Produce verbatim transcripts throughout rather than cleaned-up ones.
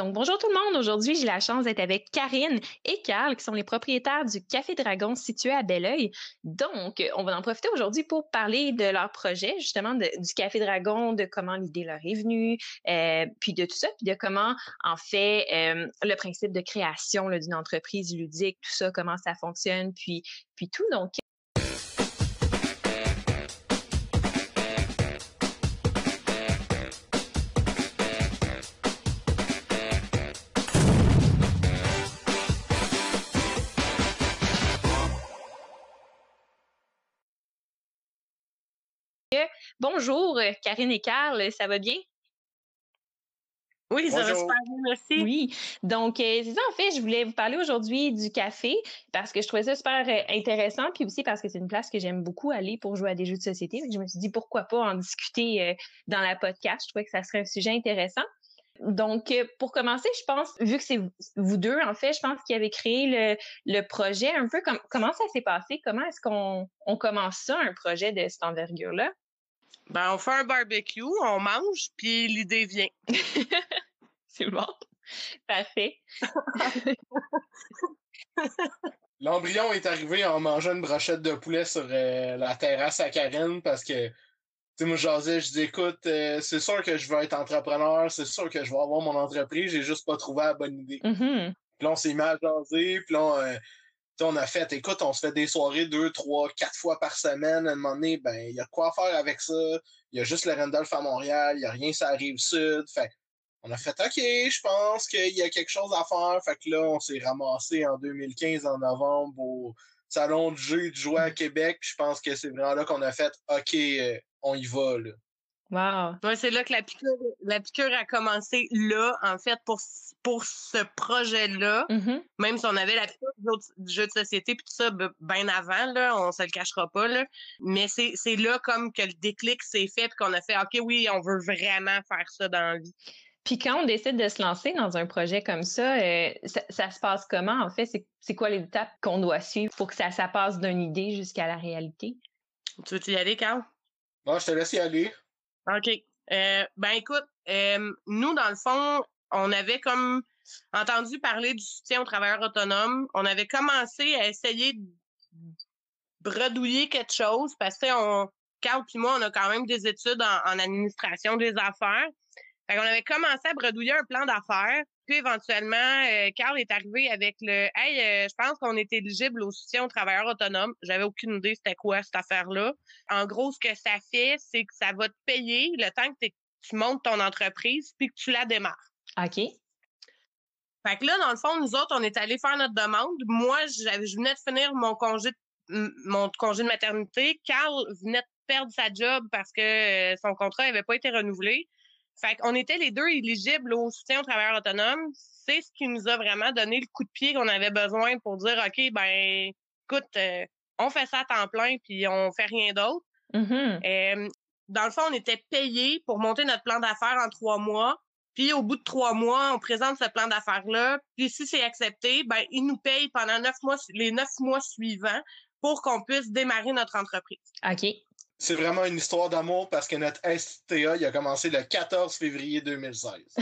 Donc, bonjour tout le monde. Aujourd'hui, j'ai la chance d'être avec Karine et Carl, qui sont les propriétaires du Café Dragon situé à Belleuil. Donc, on va en profiter aujourd'hui pour parler de leur projet, justement, de- du Café Dragon, de comment l'idée leur est venue, euh, puis de tout ça, puis de comment, en fait, euh, le principe de création là, d'une entreprise ludique, tout ça, comment ça fonctionne, puis, puis tout. Donc, bonjour, euh, Karine et Carl, ça va bien? Oui, ça va Bonjour. super bien, merci. Oui, donc euh, c'est ça en fait, je voulais vous parler aujourd'hui du café parce que je trouvais ça super euh, intéressant puis aussi parce que c'est une place que j'aime beaucoup aller pour jouer à des jeux de société. Fait que je me suis dit pourquoi pas en discuter euh, dans la podcast. Je trouvais que ça serait un sujet intéressant. Donc euh, pour commencer, je pense vu que c'est vous vous deux en fait, je pense qu'il avait créé le, le projet un peu comme comment ça s'est passé, comment est-ce qu'on on commence ça un projet de cette envergure-là? Ben, on fait un barbecue, on mange, puis l'idée vient. C'est bon. Parfait. L'embryon est arrivé en mangeant une brochette de poulet sur euh, la terrasse à Karine parce que, tu sais, moi, je jasais, je dis, écoute, euh, c'est sûr que je veux être entrepreneur, c'est sûr que je vais avoir mon entreprise, j'ai juste pas trouvé la bonne idée. Mhm. Puis là, on s'est mis à jaser, puis là, on, euh, tu sais, on a fait, écoute, on se fait des soirées deux, trois, quatre fois par semaine. À un moment donné, ben, il y a quoi faire avec ça. Il y a juste le Randolph à Montréal, il y a rien sur la Rive-Sud. Fait on a fait, OK, je pense qu'il y a quelque chose à faire. Fait que là, on s'est ramassé en deux mille quinze, en novembre, au Salon de jeu de jouer à Québec. Je pense que c'est vraiment là qu'on a fait, OK, euh, on y va, là. Wow. Ouais, c'est là que la piqûre, la piqûre a commencé là, en fait, pour, pour ce projet-là. Mhm. Même si on avait la piqûre du autre- du jeu de société puis tout ça bien avant, là, on se le cachera pas, là. Mais c'est, c'est là comme que le déclic s'est fait puis qu'on a fait, OK, oui, on veut vraiment faire ça dans la vie. Puis quand on décide de se lancer dans un projet comme ça, euh, ça, ça se passe comment en fait? C'est, c'est quoi les étapes qu'on doit suivre pour que ça, ça passe d'une idée jusqu'à la réalité? Tu veux y aller, Carl? Bon, je te laisse y aller. OK. Euh, ben écoute, euh, nous, dans le fond, on avait comme entendu parler du soutien aux travailleurs autonomes. On avait commencé à essayer de bredouiller quelque chose parce que on, Carl puis moi, on a quand même des études en, en administration des affaires. Fait qu'on avait commencé à bredouiller un plan d'affaires. Puis éventuellement, euh, Carl est arrivé avec le « Hey, euh, je pense qu'on est éligible au soutien aux travailleurs autonomes. » J'avais aucune idée c'était quoi cette affaire-là. En gros, ce que ça fait, c'est que ça va te payer le temps que tu montes ton entreprise puis que tu la démarres. OK. Fait que là, dans le fond, nous autres, on est allés faire notre demande. Moi, j'avais, je venais de finir mon congé de, mon congé de maternité. Carl venait de perdre sa job parce que euh, son contrat n'avait pas été renouvelé. Fait qu'on était les deux éligibles au soutien aux travailleurs autonomes. C'est ce qui nous a vraiment donné le coup de pied qu'on avait besoin pour dire, OK, ben, écoute, euh, on fait ça à temps plein puis on fait rien d'autre. Mhm. Euh, dans le fond, on était payés pour monter notre plan d'affaires en trois mois. Puis au bout de trois mois, on présente ce plan d'affaires-là. Puis si c'est accepté, ben ils nous payent pendant neuf mois, les neuf mois suivants pour qu'on puisse démarrer notre entreprise. OK. C'est vraiment une histoire d'amour parce que notre S T A, il a commencé le quatorze février deux mille seize.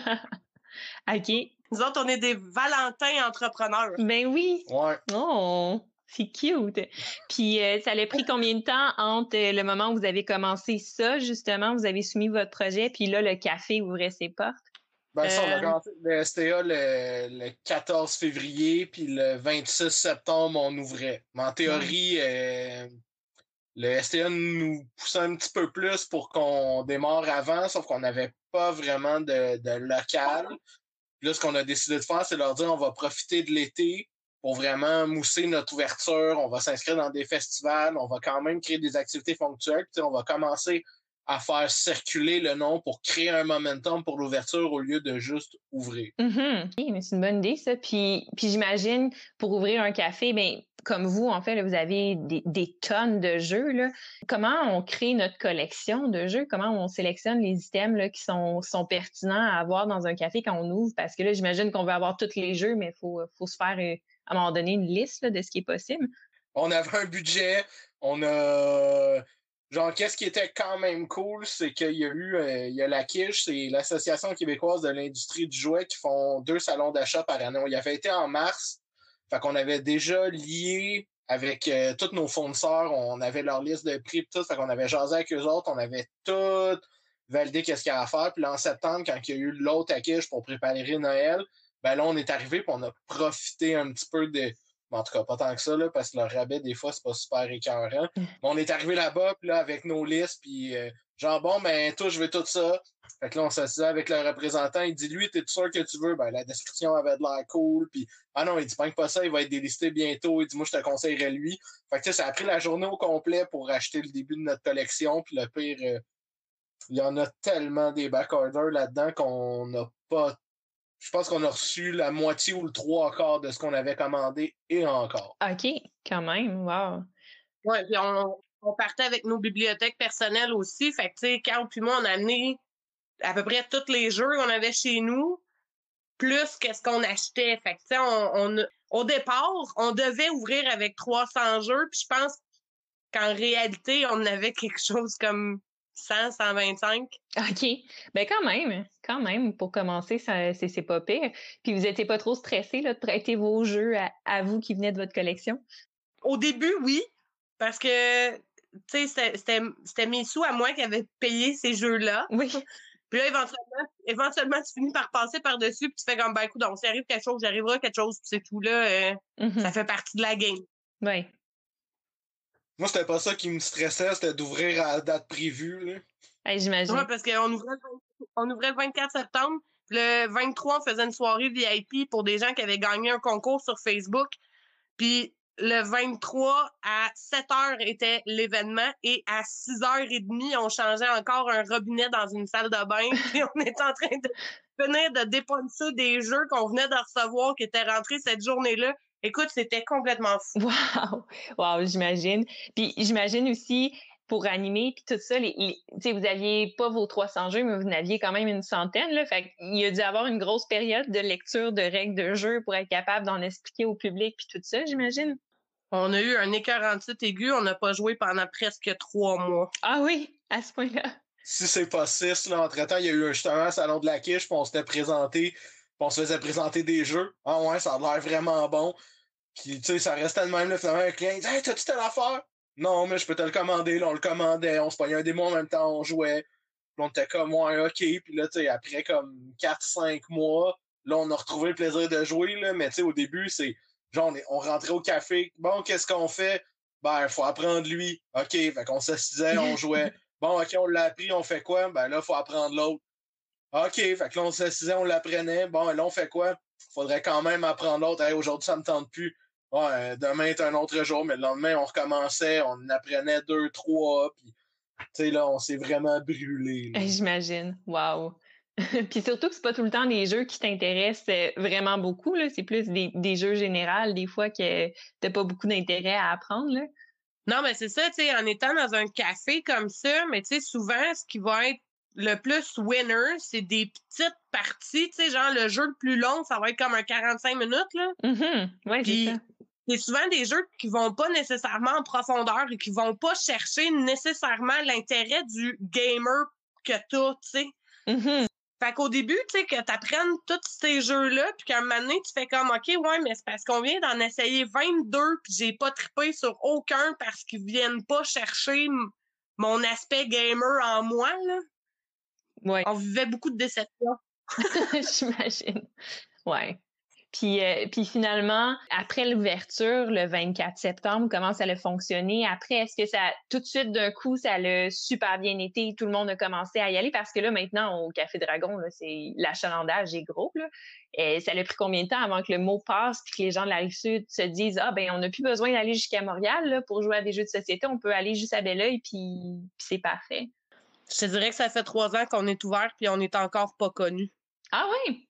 OK. Nous autres, on est des Valentins entrepreneurs. Ben oui. Ouais. Oh, c'est cute. Puis euh, ça a pris combien de temps entre euh, le moment où vous avez commencé ça, justement, vous avez soumis votre projet, puis là, le café ouvrait ses portes? Ben ça, on a Euh, commencé le S T A le, le quatorze février, puis le vingt-six septembre, on ouvrait. Mais en théorie, euh, le S T A nous poussait un petit peu plus pour qu'on démarre avant, sauf qu'on n'avait pas vraiment de, de local. Puis là, ce qu'on a décidé de faire, c'est leur dire on va profiter de l'été pour vraiment mousser notre ouverture. On va s'inscrire dans des festivals, on va quand même créer des activités ponctuelles. Puis on va commencer à faire circuler le nom pour créer un momentum pour l'ouverture au lieu de juste ouvrir. Mhm. OK, mais c'est une bonne idée, ça. Puis, puis j'imagine, pour ouvrir un café, ben, comme vous, en fait, là, vous avez des, des tonnes de jeux, là. Comment on crée notre collection de jeux? Comment on sélectionne les items là, qui sont, sont pertinents à avoir dans un café quand on ouvre? Parce que là, j'imagine qu'on veut avoir tous les jeux, mais il faut, faut se faire, euh, à un moment donné, une liste là, de ce qui est possible. On avait un budget, on a genre, qu'est-ce qui était quand même cool, c'est qu'il y a eu, euh, il y a la Quiche, c'est l'Association québécoise de l'industrie du jouet qui font deux salons d'achat par année. Il avait été en mars, fait qu'on avait déjà lié avec euh, tous nos fournisseurs, on avait leur liste de prix et tout, fait qu'on avait jasé avec eux autres, on avait tout validé qu'est-ce qu'il y a à faire. Puis là, en septembre, quand il y a eu l'autre à Quiche pour préparer Noël, ben là, on est arrivé et on a profité un petit peu de... En tout cas, pas tant que ça, là, parce que le rabais, des fois, c'est pas super écœurant. Mais on est arrivé là-bas, puis là, avec nos listes, puis euh, genre, bon, ben, toi, je veux tout ça. Fait que là, on s'assisait avec le représentant. Il dit, lui, t'es sûr que tu veux? Ben, la description avait de l'air cool. Puis, ah non, il dit, pas que pas ça, il va être délisté bientôt. Il dit, moi, je te conseillerais lui. Fait que, tu sais, ça a pris la journée au complet pour acheter le début de notre collection. Puis, le pire, euh, il y en a tellement des backorders là-dedans qu'on n'a pas. Je pense qu'on a reçu la moitié ou le trois quarts de ce qu'on avait commandé et encore. OK, quand même, wow. Oui, puis on, on partait avec nos bibliothèques personnelles aussi. Fait que, tu sais, Carl puis moi, on a amené à peu près tous les jeux qu'on avait chez nous, plus qu'est-ce qu'on achetait. Fait que, tu sais, on, on, au départ, on devait ouvrir avec trois cents jeux, puis je pense qu'en réalité, on avait quelque chose comme cent, cent vingt-cinq. OK. Ben quand même, quand même, pour commencer, ça, c'est, c'est pas pire. Puis vous étiez pas trop stressé là, de prêter vos jeux à, à vous qui venaient de votre collection? Au début, oui, parce que, tu sais, c'était, c'était, c'était mes sous à moi qui avaient payé ces jeux-là. Oui. Puis là, éventuellement, éventuellement, tu finis par passer par-dessus, puis tu fais comme, ben écoute, donc, s'il arrive quelque chose, j'arrivera quelque chose, puis c'est tout, là, euh, mm-hmm. Ça fait partie de la game. Oui. Moi, c'était pas ça qui me stressait, c'était d'ouvrir à la date prévue, là. Hey, j'imagine. Ouais, parce qu'on ouvrait, on ouvrait le vingt-quatre septembre, puis le vingt-trois, on faisait une soirée V I P pour des gens qui avaient gagné un concours sur Facebook, puis le vingt-trois, à sept heures était l'événement, et à six heures trente, on changeait encore un robinet dans une salle de bain, puis on était en train de venir de dépuncher des jeux qu'on venait de recevoir qui étaient rentrés cette journée-là. Écoute, c'était complètement fou. Wow! Wow, j'imagine. Puis j'imagine aussi, pour animer, puis tout ça, les, les, vous n'aviez pas vos trois cents jeux, mais vous en aviez quand même une centaine. Là, fait qu'il a dû avoir une grosse période de lecture de règles de jeu pour être capable d'en expliquer au public, puis tout ça, j'imagine. On a eu un écœurant titre aigu, on n'a pas joué pendant presque trois mois. Ah oui, à ce point-là. Si c'est pas six, là, entre-temps, il y a eu justement un salon de la quiche, puis on s'était présenté, puis on se faisait présenter des jeux. Ah ouais, ça a l'air vraiment bon. Puis, tu sais, ça restait de même, là, finalement, un client, il dit, hey, t'as-tu telle affaire? Non, mais je peux te le commander. Là, on le commandait, on se pognait un démo en même temps, on jouait. Puis on était comme, ouais, OK. Puis là, tu sais, après comme quatre cinq mois, là, on a retrouvé le plaisir de jouer, là. Mais tu sais, au début, c'est genre, on, est, on rentrait au café. Bon, qu'est-ce qu'on fait? Ben, il faut apprendre lui. OK, fait qu'on s'assisait, on jouait. Bon, OK, on l'a appris, on fait quoi? Ben là, il faut apprendre l'autre. OK, fait que là, on s'assisait, on l'apprenait. Bon, là, on fait quoi? Faudrait quand même apprendre l'autre. Hey, aujourd'hui, ça me tente plus. Ouais, demain est un autre jour, mais le lendemain, on recommençait, on apprenait deux, trois, puis, tu sais, là, on s'est vraiment brûlé. Là. J'imagine. Wow. Puis surtout que c'est pas tout le temps des jeux qui t'intéressent vraiment beaucoup, là. C'est plus des, des jeux généraux, des fois, que t'as pas beaucoup d'intérêt à apprendre, là. Non, mais c'est ça, tu sais, en étant dans un café comme ça, mais tu sais, souvent, ce qui va être le plus winner, c'est des petites parties, tu sais, genre le jeu le plus long, ça va être comme un quarante-cinq minutes, là. Mm-hmm. Ouais, puis, c'est ça. C'est souvent des jeux qui vont pas nécessairement en profondeur et qui vont pas chercher nécessairement l'intérêt du gamer que t'as, tu sais. Mm-hmm. Fait qu'au début, tu sais, que t'apprennes tous ces jeux-là, puis qu'à un moment donné, tu fais comme, OK, ouais, mais c'est parce qu'on vient d'en essayer vingt-deux, puis j'ai pas trippé sur aucun parce qu'ils viennent pas chercher m- mon aspect gamer en moi, là. Ouais. On vivait beaucoup de déception. J'imagine. Ouais. Puis, euh, puis finalement, après l'ouverture, le vingt-quatre septembre, comment ça a fonctionné? Après, est-ce que ça, tout de suite, d'un coup, ça a super bien été? Tout le monde a commencé à y aller? Parce que là, maintenant, au Café Dragon, là, c'est, l'achalandage est gros, là. Et ça a pris combien de temps avant que le mot passe puis que les gens de la Rive-Sud se disent « Ah, ben on n'a plus besoin d'aller jusqu'à Montréal là, pour jouer à des jeux de société. On peut aller juste à Belleuil, puis, puis c'est parfait. » Je te dirais que ça fait trois ans qu'on est ouvert puis on est encore pas connu. Ah oui?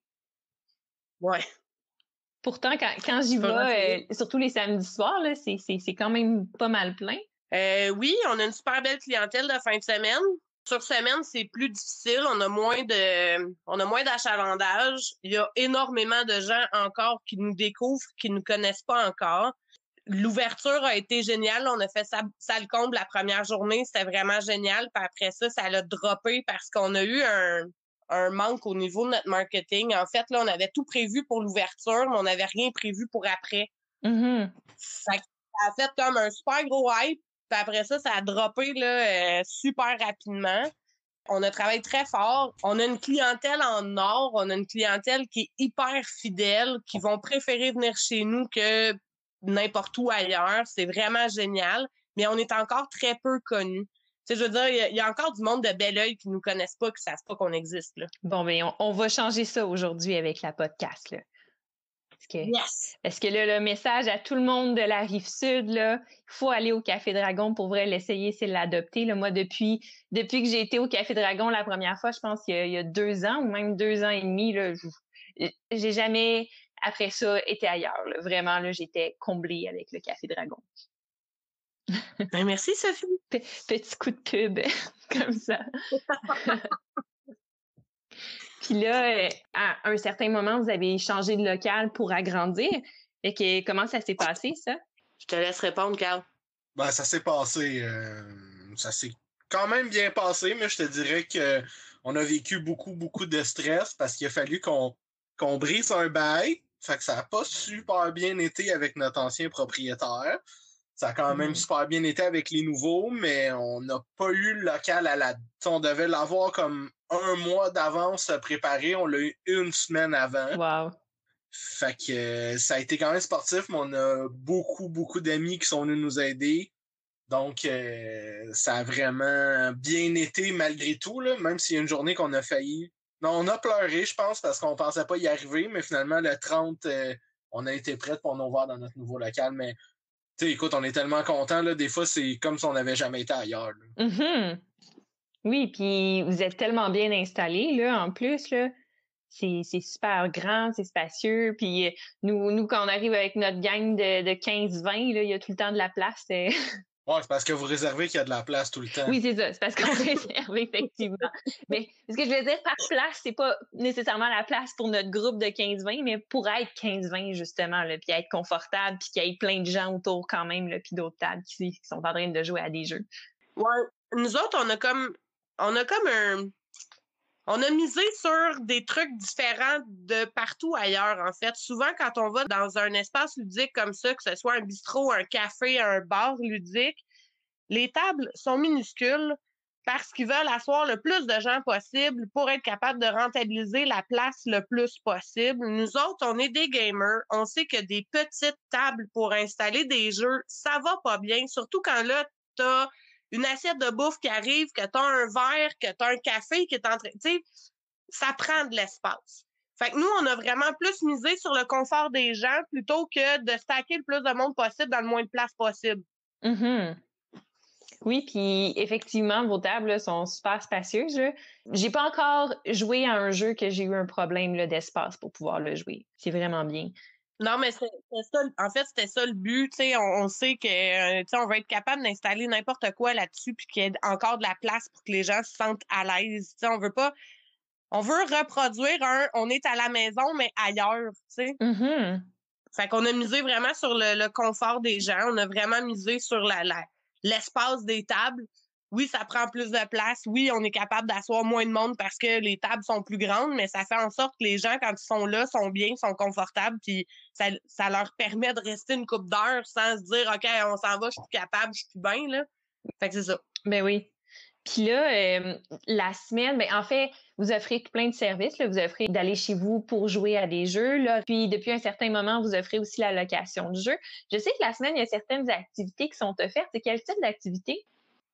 Ouais. Pourtant, quand, quand j'y vais, euh, surtout les samedis soirs, là, c'est, c'est, c'est quand même pas mal plein. Euh, oui, on a une super belle clientèle de fin de semaine. Sur semaine, c'est plus difficile. On a moins de, on a moins d'achalandage. Il y a énormément de gens encore qui nous découvrent, qui nous connaissent pas encore. l'ouverture a été géniale. On a fait ça, ça le comble la première journée. C'était vraiment génial. Puis après ça, ça l'a droppé parce qu'on a eu un, un manque au niveau de notre marketing. En fait, là, on avait tout prévu pour l'ouverture, mais on n'avait rien prévu pour après. Mm-hmm. Fait que ça a fait comme un super gros hype. Puis après ça, ça a droppé là, euh, super rapidement. On a travaillé très fort. On a une clientèle en or. On a une clientèle qui est hyper fidèle, qui vont préférer venir chez nous que n'importe où ailleurs. C'est vraiment génial. Mais on est encore très peu connus. Tu sais, je veux dire, il y, y a encore du monde de bel oeil qui nous connaissent pas, qui savent pas qu'on existe, là. Bon, ben, on, on va changer ça aujourd'hui avec la podcast, là. Parce que, yes! Parce que là, le message à tout le monde de la Rive-Sud, là, il faut aller au Café Dragon pour vrai l'essayer, c'est l'adopter. Là. Moi, depuis, depuis que j'ai été au Café Dragon la première fois, je pense qu'il y a, il y a deux ans ou même deux ans et demi, là, je, j'ai jamais, après ça, été ailleurs. Là. Vraiment, là, j'étais comblée avec le Café Dragon. Ben, merci, Sophie. P- petit coup de pub, comme ça. Puis là, à un certain moment, vous avez changé de local pour agrandir. Fait que comment ça s'est passé, ça? Je te laisse répondre, Carl. Ben, ça s'est passé. Euh, ça s'est quand même bien passé, mais je te dirais que on a vécu beaucoup, beaucoup de stress parce qu'il a fallu qu'on qu'on brise un bail. Fait que ça n'a pas super bien été avec notre ancien propriétaire. Ça a quand même mmh. super bien été avec les nouveaux, mais on n'a pas eu le local à la... On devait l'avoir comme un mois d'avance préparé. On l'a eu une semaine avant. Wow. Fait que euh, ça a été quand même sportif, mais on a beaucoup, beaucoup d'amis qui sont venus nous aider. Donc, euh, ça a vraiment bien été malgré tout, là, même s'il y a une journée qu'on a failli. Non, on a pleuré, je pense, parce qu'on pensait pas y arriver, mais finalement, le trente, euh, on a été prêts pour nous voir dans notre nouveau local. Mais, tu sais, écoute, on est tellement contents, là, des fois, c'est comme si on n'avait jamais été ailleurs. Mm-hmm. Oui, puis vous êtes tellement bien installés, là, en plus, là. C'est, c'est super grand, c'est spacieux. Puis nous, nous, quand on arrive avec notre gang de, de quinze vingt, là, il y a tout le temps de la place. C'est... Ouais, c'est parce que vous réservez qu'il y a de la place tout le temps. Oui, c'est ça. C'est parce qu'on réserve, effectivement. Mais ce que je veux dire par place, c'est pas nécessairement la place pour notre groupe de quinze vingt, mais pour être quinze vingt, justement, là, puis être confortable, puis qu'il y ait plein de gens autour quand même, là, puis d'autres tables qui, qui sont en train de jouer à des jeux. Ouais. Nous autres, on a comme, on a comme un... On a misé sur des trucs différents de partout ailleurs, en fait. Souvent, quand on va dans un espace ludique comme ça, que ce soit un bistrot, un café, un bar ludique, les tables sont minuscules parce qu'ils veulent asseoir le plus de gens possible pour être capable de rentabiliser la place le plus possible. Nous autres, on est des gamers. On sait que des petites tables pour installer des jeux, ça va pas bien. Surtout quand là, t'as une assiette de bouffe qui arrive, que t'as un verre, que t'as un café qui est en train... Tu sais, ça prend de l'espace. Fait que nous, on a vraiment plus misé sur le confort des gens plutôt que de stacker le plus de monde possible dans le moins de place possible. Mm-hmm. Oui, puis effectivement, vos tables là, sont super spacieuses. Là. J'ai pas encore joué à un jeu que j'ai eu un problème là, d'espace pour pouvoir le jouer. C'est vraiment bien. Non, mais c'est, c'est ça. En fait, c'était ça le but. T'sais, on, on sait que euh, on va être capable d'installer n'importe quoi là-dessus puis qu'il y ait encore de la place pour que les gens se sentent à l'aise. T'sais, on veut pas... On veut reproduire un « on est à la maison, mais ailleurs ». Mm-hmm. Fait qu'on a misé vraiment sur le, le confort des gens. On a vraiment misé sur la, la, l'espace des tables. Oui, ça prend plus de place. Oui, on est capable d'asseoir moins de monde parce que les tables sont plus grandes, mais ça fait en sorte que les gens, quand ils sont là, sont bien, sont confortables, puis ça, ça leur permet de rester une couple d'heures sans se dire « OK, on s'en va, je suis plus capable, je suis plus bien. » là. Fait que c'est ça. Ben oui. Puis là, euh, la semaine, ben en fait, vous offrez plein de services. Là. Vous offrez d'aller chez vous pour jouer à des jeux. Là. Puis depuis un certain moment, vous offrez aussi la location de jeux. Je sais que la semaine, il y a certaines activités qui sont offertes. C'est quel type d'activité?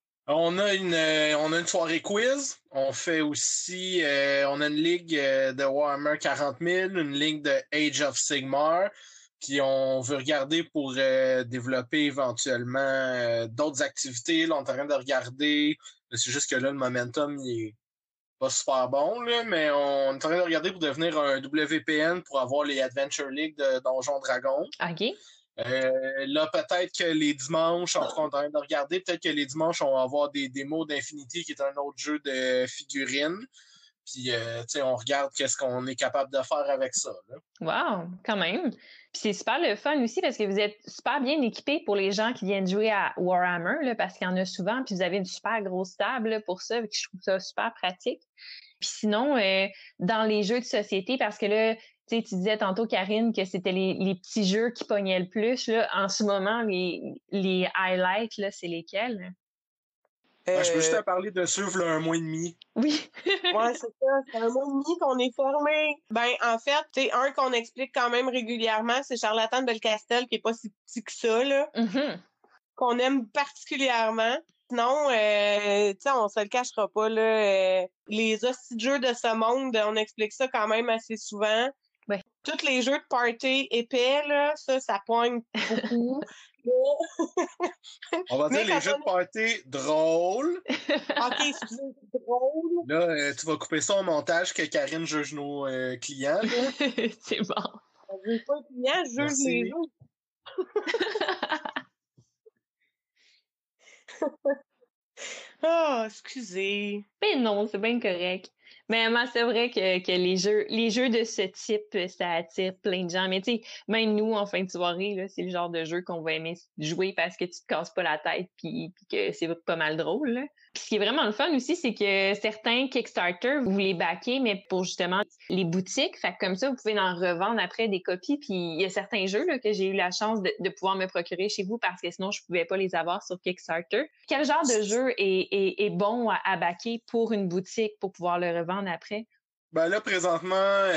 On a une euh, on a une soirée quiz. On fait aussi euh, on a une ligue de Warhammer quarante mille, une ligue de Age of Sigmar. Puis on veut regarder pour euh, développer éventuellement euh, d'autres activités. Là, on est en train de regarder. C'est juste que là, le momentum, il est pas super bon, là, mais on est en train de regarder pour devenir un W P N pour avoir les Adventure League de Donjons Dragons. OK. Euh, là, peut-être que les dimanches, on est en train de regarder, peut-être que les dimanches, on va avoir des démos d'Infinity, qui est un autre jeu de figurines. puis euh, on regarde qu'est-ce qu'on est capable de faire avec ça. Là. Wow, quand même. Puis c'est super le fun aussi parce que vous êtes super bien équipés pour les gens qui viennent jouer à Warhammer, là, parce qu'il y en a souvent, puis vous avez une super grosse table là, pour ça, puis je trouve ça super pratique. Puis sinon, euh, dans les jeux de société, parce que là, tu sais, tu disais tantôt, Karine, que c'était les, les petits jeux qui pognaient le plus. Là. En ce moment, les, les highlights, là, c'est lesquels? Euh... Ben, je peux juste te parler de ceux, là, un mois et demi. Oui. Ouais, c'est ça. C'est un mois et demi qu'on est fermé. Ben, en fait, tu sais, un qu'on explique quand même régulièrement, c'est Charlatan de Belcastel, qui est pas si petit que ça, là. Mm-hmm. Qu'on aime particulièrement. Sinon, euh, tu sais, on se le cachera pas, là. Euh, les hosties de jeux de ce monde, on explique ça quand même assez souvent. Ouais. Tous les jeux de party épais, là, ça, ça poigne beaucoup. On va dire les jeux on... de party drôles. OK, excusez, drôle. Là, euh, tu vas couper ça au montage que Karine juge nos euh, clients. C'est bon. Je juge pas les clients, je juge Merci. les jeux. Ah, oh, excusez. Ben non, c'est bien correct. Mais moi, c'est vrai que, que les jeux les jeux de ce type, ça attire plein de gens. Mais tu sais, même nous, en fin de soirée, là, c'est le genre de jeu qu'on va aimer jouer parce que tu te casses pas la tête puis, puis que c'est pas mal drôle. Là. Puis ce qui est vraiment le fun aussi, c'est que certains Kickstarter, vous les backez, mais pour justement les boutiques. Fait que comme ça, vous pouvez en revendre après des copies. Puis il y a certains jeux là, que j'ai eu la chance de, de pouvoir me procurer chez vous parce que sinon, je pouvais pas les avoir sur Kickstarter. Quel genre de jeu est, est, est bon à, à backer pour une boutique pour pouvoir le revendre après? Ben là, présentement,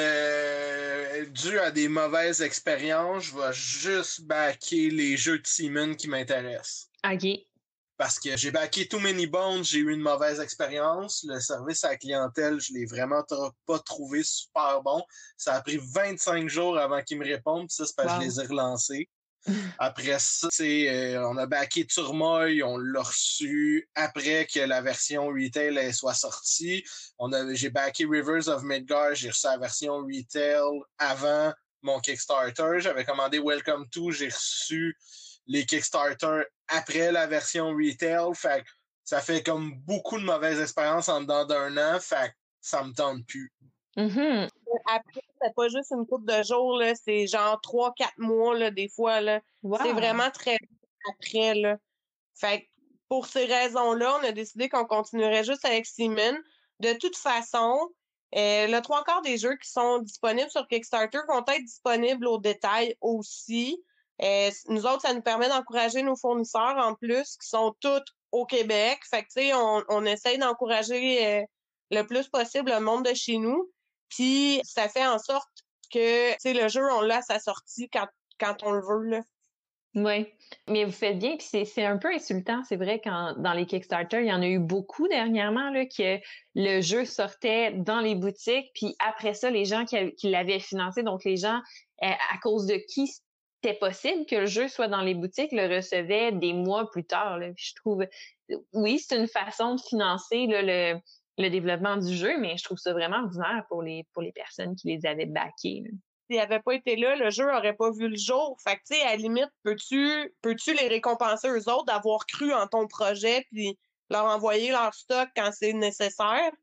euh, dû à des mauvaises expériences, je vais juste backer les jeux de Simon qui m'intéressent. OK. Parce que j'ai backé Too Many Bones, j'ai eu une mauvaise expérience. Le service à la clientèle, je l'ai vraiment t- pas trouvé super bon. Ça a pris vingt-cinq jours avant qu'ils me répondent, puis ça, c'est parce wow. que je les ai relancés. Après ça, euh, on a backé Turmoil, on l'a reçu après que la version retail elle, soit sortie. On a, j'ai backé Rivers of Midgard, j'ai reçu la version retail avant mon Kickstarter. J'avais commandé Welcome to, j'ai reçu les Kickstarter après la version retail. Fait que ça fait comme beaucoup de mauvaises expériences en dedans d'un an. Fait que ça me tente plus. Mm-hmm. Après, c'est pas juste une couple de jours, là, c'est genre trois, quatre mois, là, des fois, là. Wow. C'est vraiment très après, là. Fait que pour ces raisons-là, on a décidé qu'on continuerait juste avec Simon. De toute façon, euh, le trois quarts des jeux qui sont disponibles sur Kickstarter vont être disponibles au détail aussi. Euh, nous autres, ça nous permet d'encourager nos fournisseurs en plus, qui sont tous au Québec. Fait que, tu sais, on, on essaye d'encourager euh, le plus possible le monde de chez nous. Puis ça fait en sorte que, tu sais, le jeu, on l'a à sa sortie quand, quand on le veut, là. Oui, mais vous faites bien, puis c'est, c'est un peu insultant, c'est vrai, quand dans les Kickstarter, il y en a eu beaucoup dernièrement, là, que le jeu sortait dans les boutiques, puis après ça, les gens qui, qui l'avaient financé, donc les gens euh, à cause de qui c'était possible que le jeu soit dans les boutiques, le recevaient des mois plus tard, là. Puis je trouve, oui, c'est une façon de financer là, le le développement du jeu, mais je trouve ça vraiment ordinaire pour les pour les personnes qui les avaient backés. S'ils n'avaient pas été là, le jeu aurait pas vu le jour. Fait que, tu sais, à la limite, peux-tu peux-tu les récompenser eux autres d'avoir cru en ton projet puis leur envoyer leur stock quand c'est nécessaire?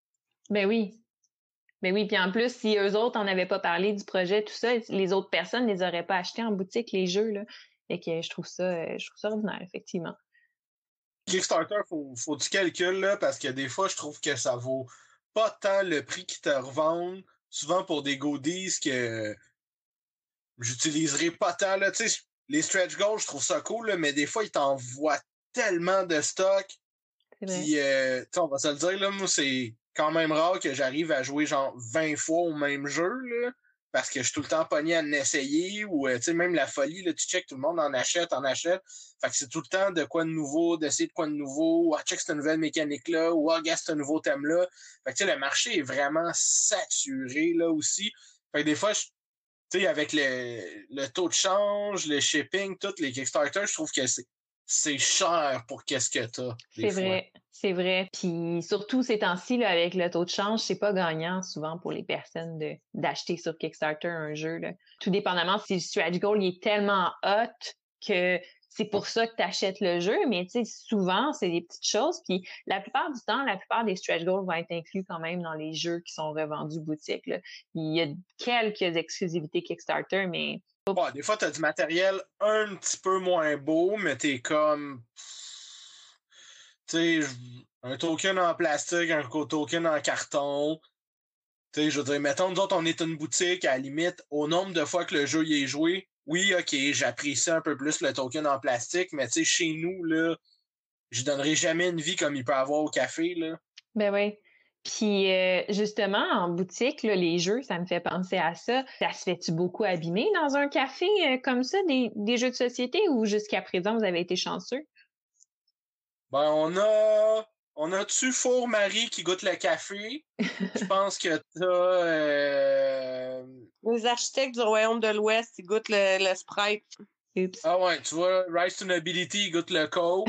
Ben oui. Ben oui, puis en plus, si eux autres en avaient pas parlé du projet, tout ça, les autres personnes les auraient pas achetés en boutique, les jeux, là. Fait que je trouve ça, je trouve ça ordinaire, effectivement. Kickstarter, faut, faut du calcul, là, parce que des fois, je trouve que ça vaut pas tant le prix qu'ils te revendent, souvent pour des goodies que j'utiliserai pas tant, là, tu sais, les stretch goals, je trouve ça cool, là, mais des fois, ils t'envoient tellement de stock, puis, euh, on va se le dire, là, moi, c'est quand même rare que j'arrive à jouer, genre, vingt fois au même jeu, là, parce que je suis tout le temps pogné à en essayer, ou, euh, tu sais, même la folie, là, tu check, tout le monde en achète, en achète. Fait que c'est tout le temps de quoi de nouveau, d'essayer de quoi de nouveau, ou, ah, check cette nouvelle mécanique-là, ou, ah, regarde ce nouveau thème-là. Fait que, tu sais, le marché est vraiment saturé, là, aussi. Fait que des fois, tu sais, avec le, le taux de change, le shipping, tout, les Kickstarter, je trouve que c'est c'est cher pour qu'est-ce que t'as. C'est vrai, c'est vrai. Puis surtout ces temps-ci, là, avec le taux de change, c'est pas gagnant souvent pour les personnes de d'acheter sur Kickstarter un jeu, là. Tout dépendamment si le stretch goal il est tellement hot que c'est pour ça que tu achètes le jeu, mais tu sais, souvent, c'est des petites choses. Puis la plupart du temps, la plupart des stretch goals vont être inclus quand même dans les jeux qui sont revendus boutique, là. Il y a quelques exclusivités Kickstarter, mais... Ouais, des fois, tu as du matériel un petit peu moins beau, mais t'es comme... Tu sais, un token en plastique, un token en carton. Tu sais, je veux dire, mettons, nous autres, on est une boutique, à la limite, au nombre de fois que le jeu y est joué, oui, OK, j'apprécie un peu plus le token en plastique, mais tu sais, chez nous, là, je donnerai jamais une vie comme il peut avoir au café, là. Ben oui. Puis euh, justement, en boutique, là, les jeux, ça me fait penser à ça. Ça se fait-tu beaucoup abîmer dans un café euh, comme ça, des, des jeux de société, ou jusqu'à présent, vous avez été chanceux? Ben, on a... On a-tu Four-Marie qui goûte le café? Je pense que t'as... Euh... Les architectes du Royaume de l'Ouest, ils goûtent le, le Sprite. Oups. Ah ouais, tu vois, Rise to Nobility, il goûte le Coke.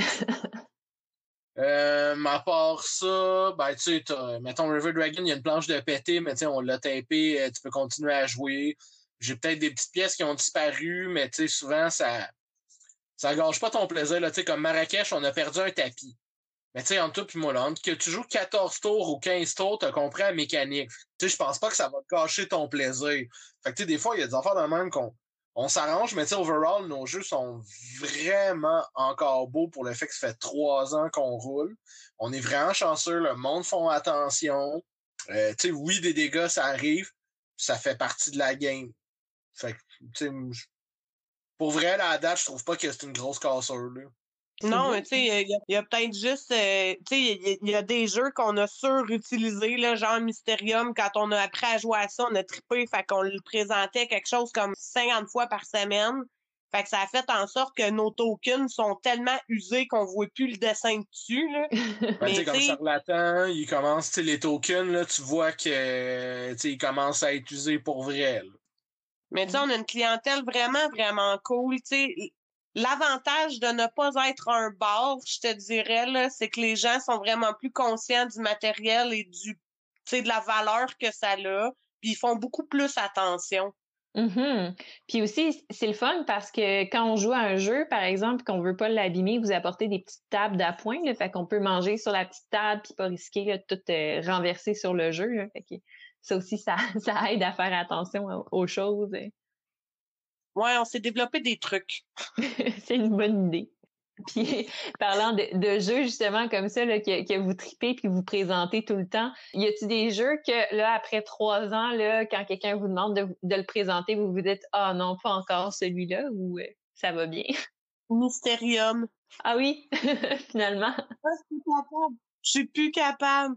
euh, mais à part ça, ben tu sais, t'as- mettons River Dragon, il y a une planche de pété, mais tu sais, on l'a tapé, euh, tu peux continuer à jouer. J'ai peut-être des petites pièces qui ont disparu, mais tu sais, souvent, ça ça gâche pas ton plaisir, là. Tu sais, comme Marrakech, on a perdu un tapis. Mais tu sais, entre toi et moi, là, entre que tu joues quatorze tours ou quinze tours, t'as compris la mécanique. Tu sais, je pense pas que ça va te gâcher ton plaisir. Fait que tu sais, des fois, il y a des affaires de même qu'on on s'arrange, mais tu sais, overall, nos jeux sont vraiment encore beaux pour le fait que ça fait trois ans qu'on roule. On est vraiment chanceux, le monde font attention. Euh, tu sais, oui, des dégâts, ça arrive. Ça fait partie de la game. Fait que, tu sais, pour vrai, là, à date, je trouve pas que c'est une grosse cassure, là. Non, mais tu sais, il y a, y a peut-être juste, euh, tu sais, il y, y a des jeux qu'on a surutilisés, là, genre Mysterium, quand on a appris à jouer à ça, on a trippé, fait qu'on le présentait quelque chose comme cinquante fois par semaine. Fait que ça a fait en sorte que nos tokens sont tellement usés qu'on voit plus le dessin dessus, là. Ben, Mais tu sais, comme t'sais- charlatan, il commence, tu sais, les tokens, là, tu vois que, tu sais, ils commencent à être usés pour vrai, là. Mais tu sais, on a une clientèle vraiment, vraiment cool. Tu sais, l'avantage de ne pas être un bar, je te dirais, là, c'est que les gens sont vraiment plus conscients du matériel et du, tu sais, de la valeur que ça a. Puis ils font beaucoup plus attention. Mhm. Puis aussi, c'est le fun parce que quand on joue à un jeu, par exemple, qu'on veut pas l'abîmer, vous apportez des petites tables d'appoint, là, fait qu'on peut manger sur la petite table puis pas risquer là, de tout euh, renverser sur le jeu, là. Fait que ça aussi, ça, ça aide à faire attention aux, aux choses. Ouais, on s'est développé des trucs. C'est une bonne idée. Puis, parlant de, de jeux, justement, comme ça, là, que, que vous tripez puis vous présentez tout le temps, y a-t-il des jeux que, là, après trois ans, là, quand quelqu'un vous demande de, de le présenter, vous vous dites « Ah non, pas encore celui-là » ou euh, « Ça va bien ». Mysterium. Ah oui, finalement. Ah, je suis plus capable. Je suis plus capable.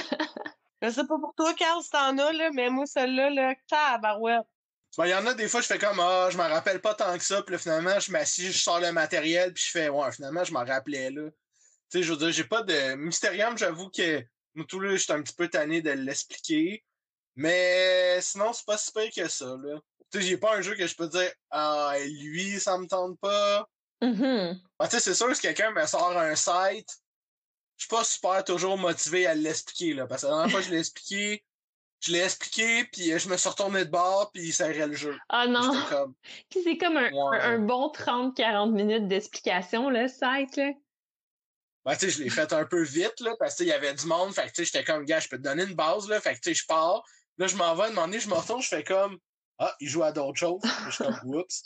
Je sais pas pour toi, Carl, si t'en as, là, mais moi, celle-là, là, tabarouette. Ben, il y en a des fois, je fais comme, ah, je m'en rappelle pas tant que ça, puis là, finalement, je m'assis, je sors le matériel, puis je fais, ouais, finalement, je m'en rappelais, là. Tu sais, je veux dire, j'ai pas de... Mysterium, j'avoue que, nous, tous là, j'étais un petit peu tanné de l'expliquer, mais sinon, c'est pas si pire que ça, là. Tu sais, j'ai pas un jeu que je peux dire, ah, lui, ça me tente pas. Mm-hmm. Ben, tu sais, c'est sûr, si quelqu'un me sort un site, je suis pas super toujours motivé à l'expliquer, là, parce que la dernière fois que je l'ai expliqué, je l'ai expliqué, puis je me suis retourné de bord, puis ça irait le jeu. Ah non! J'étais comme... Puis c'est comme un, Ouais. un, un bon trente quarante minutes d'explication, là, site, là. Ben, tu sais, je l'ai fait un peu vite, là, parce qu'il y avait du monde, fait que, tu sais, j'étais comme, gars, je peux te donner une base, là, fait que, tu sais, je pars, là, je m'en vais, à un moment donné, je me retourne, je fais comme, ah, il joue à d'autres choses, je suis comme, oups.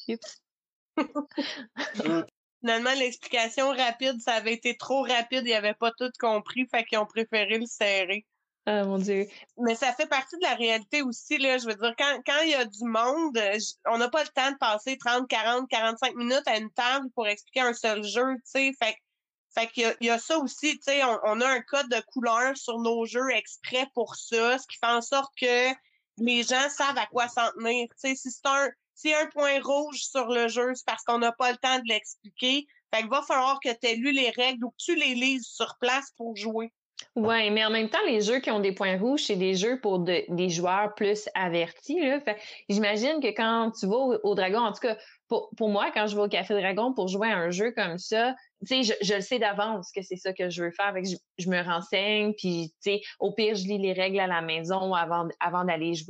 Finalement, l'explication rapide, ça avait été trop rapide, ils avaient pas tout compris, fait qu'ils ont préféré le serrer. Ah, mon Dieu. Mais ça fait partie de la réalité aussi, là. Je veux dire, quand, quand il y a du monde, on n'a pas le temps de passer trente, quarante, quarante-cinq minutes à une table pour expliquer un seul jeu, tu sais. Fait, fait qu'il y a, il y a ça aussi, tu sais, on, on a un code de couleur sur nos jeux exprès pour ça, ce qui fait en sorte que les gens savent à quoi s'en tenir. Tu sais, si c'est un, s'il y a un point rouge sur le jeu, c'est parce qu'on n'a pas le temps de l'expliquer. Fait qu'il va falloir que tu aies lu les règles ou que tu les lises sur place pour jouer. Ouais, mais en même temps, les jeux qui ont des points rouges, c'est des jeux pour de, des joueurs plus avertis, là. Fait, j'imagine que quand tu vas au, au Dragon, en tout cas, pour, pour moi, quand je vais au Café Dragon pour jouer à un jeu comme ça, tu sais, je, je le sais d'avance que c'est ça que je veux faire. Fait que je, je me renseigne, puis, tu sais, au pire, je lis les règles à la maison avant, avant d'aller jouer.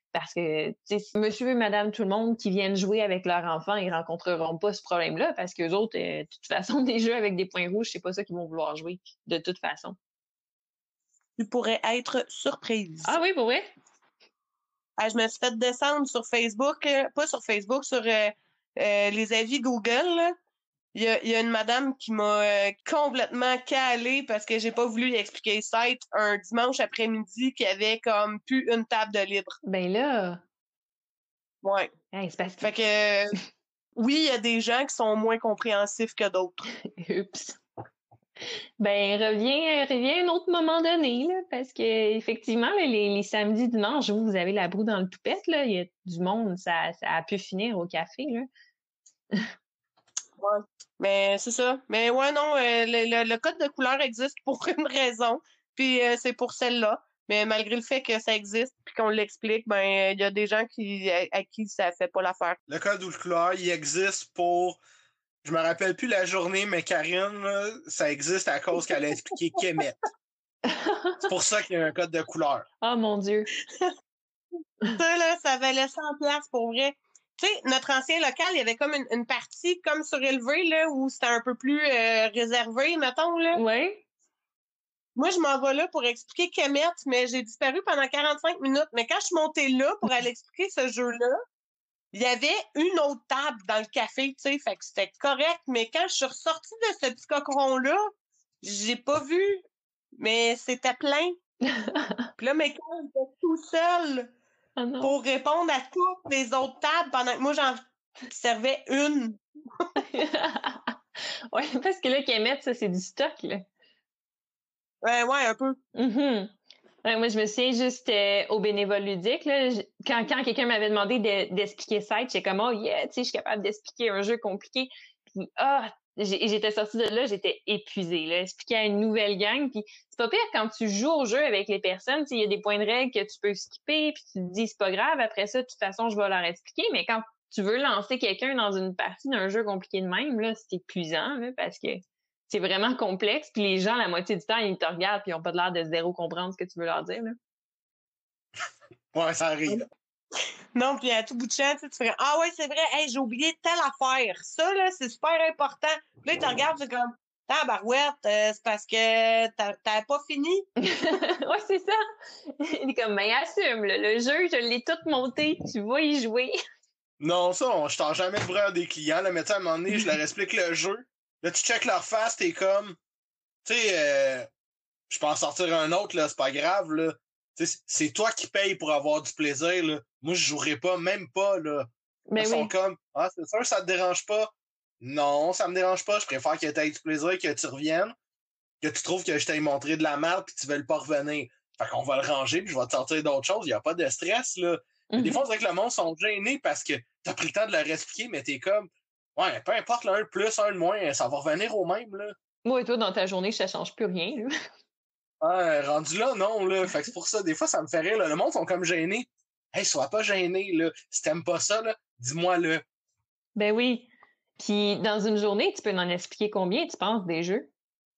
Parce que, tu sais, monsieur et madame tout le monde qui viennent jouer avec leur enfant, ils rencontreront pas ce problème-là parce qu'eux autres, euh, de toute façon, des jeux avec des points rouges, c'est pas ça qu'ils vont vouloir jouer, de toute façon. Tu pourrais être surprise. Ah oui, pour vrai? Ah, je me suis fait descendre sur Facebook, euh, pas sur Facebook, sur euh, euh, les avis Google, là. Il y a, il y a une madame qui m'a euh, complètement calée parce que j'ai pas voulu lui expliquer le site un dimanche après-midi qu'il y avait comme plus une table de libre. Ben là, Ouais. hey, c'est parce que... Fait que euh, oui, il y a des gens qui sont moins compréhensifs que d'autres. Oups. Ben, reviens, reviens à un autre moment donné, là, parce que effectivement, là, les, les samedis, dimanches, vous, vous avez la broue dans le toupette, là, il y a du monde, ça, ça a pu finir au café, là. Ouais. Mais c'est ça. Mais ouais, non, euh, le, le, le code de couleur existe pour une raison, puis euh, c'est pour celle-là. Mais malgré le fait que ça existe puis qu'on l'explique, ben il y a des gens qui à, à qui ça fait pas l'affaire. Le code de couleur, il existe pour... Je me rappelle plus la journée, mais Karine, là, ça existe à cause qu'elle a expliqué Kemet. C'est pour ça qu'il y a un code de couleur. Oh mon Dieu. Ça, là, ça valait cent piastres pour vrai. Tu sais, notre ancien local, il y avait comme une, une partie comme surélevée, là, où c'était un peu plus euh, réservé, mettons, là. Ouais. Moi, je m'en vais là pour expliquer Kemet, mais j'ai disparu pendant quarante-cinq minutes. Mais quand je suis montée là pour aller expliquer ce jeu-là, il y avait une autre table dans le café, tu sais, fait que c'était correct. Mais quand je suis ressortie de ce petit cochon-là, j'ai pas vu, mais c'était plein. Puis là, mais quand j'étais tout seul Oh non. pour répondre à toutes les autres tables pendant que moi, j'en servais une. Ouais, parce que là, Kemet, ça, c'est du stock, là. Ouais, ouais, un peu. Mm-hmm. Ouais, moi, je me souviens juste euh, au bénévole ludique, là, je- quand, quand quelqu'un m'avait demandé de- d'expliquer ça, j'étais comme, oh yeah, tu sais, je suis capable d'expliquer un jeu compliqué. Puis, ah, j'ai- j'étais sortie de là, j'étais épuisée, là, expliquer à une nouvelle gang. Puis, c'est pas pire quand tu joues au jeu avec les personnes, tu sais, il y a des points de règle que tu peux skipper, puis tu te dis, c'est pas grave, après ça, de toute façon, je vais leur expliquer. Mais quand tu veux lancer quelqu'un dans une partie d'un jeu compliqué de même, là, c'est épuisant, là, parce que c'est vraiment complexe, puis les gens, la moitié du temps, ils te regardent puis ils ont pas l'air de zéro comprendre ce que tu veux leur dire, là. Ouais, ça arrive. Non, puis à tout bout de champ, tu sais, tu fais ah ouais, c'est vrai, hey, j'ai oublié telle affaire. Ça, là, c'est super important. Puis là, ils te regardent, c'est comme tabarouette, euh, c'est parce que t'as- t'avais pas fini. Ouais, c'est ça. Il est comme, ben, assume, là, le jeu, je l'ai tout monté, tu vas y jouer. Non, ça, on, je tends jamais le bras des clients. Là, mais tu sais, à un moment donné, je leur explique le jeu. Là, tu check leur face, t'es comme... Tu sais, euh, je peux en sortir un autre, là, c'est pas grave, là. Tu sais, c'est toi qui payes pour avoir du plaisir, là. Moi, je jouerai pas, même pas, là. Ben Ils sont oui. comme, ah, c'est sûr, ça te dérange pas? Non, ça me dérange pas. Je préfère que tu aies du plaisir, que tu reviennes, que tu trouves que je t'ai montré de la merde puis que tu veux pas revenir. Fait qu'on va le ranger puis je vais te sortir d'autres choses. Il y a pas de stress, là. Mais des Mhm. fois, on dirait que le monde sont gênés parce que t'as pris le temps de leur expliquer, mais t'es comme, ouais, peu importe, là, un de plus, un de moins, ça va revenir au même, là. Moi et toi, dans ta journée, ça change plus rien, là. Ouais, rendu là, non, là. Fait que c'est pour ça, des fois, ça me fait rire, là. Le monde sont comme gênés. Hey, sois pas gêné, là. Si t'aimes pas ça, là, dis-moi-le. Ben oui. Puis dans une journée, tu peux en expliquer combien, tu penses, des jeux?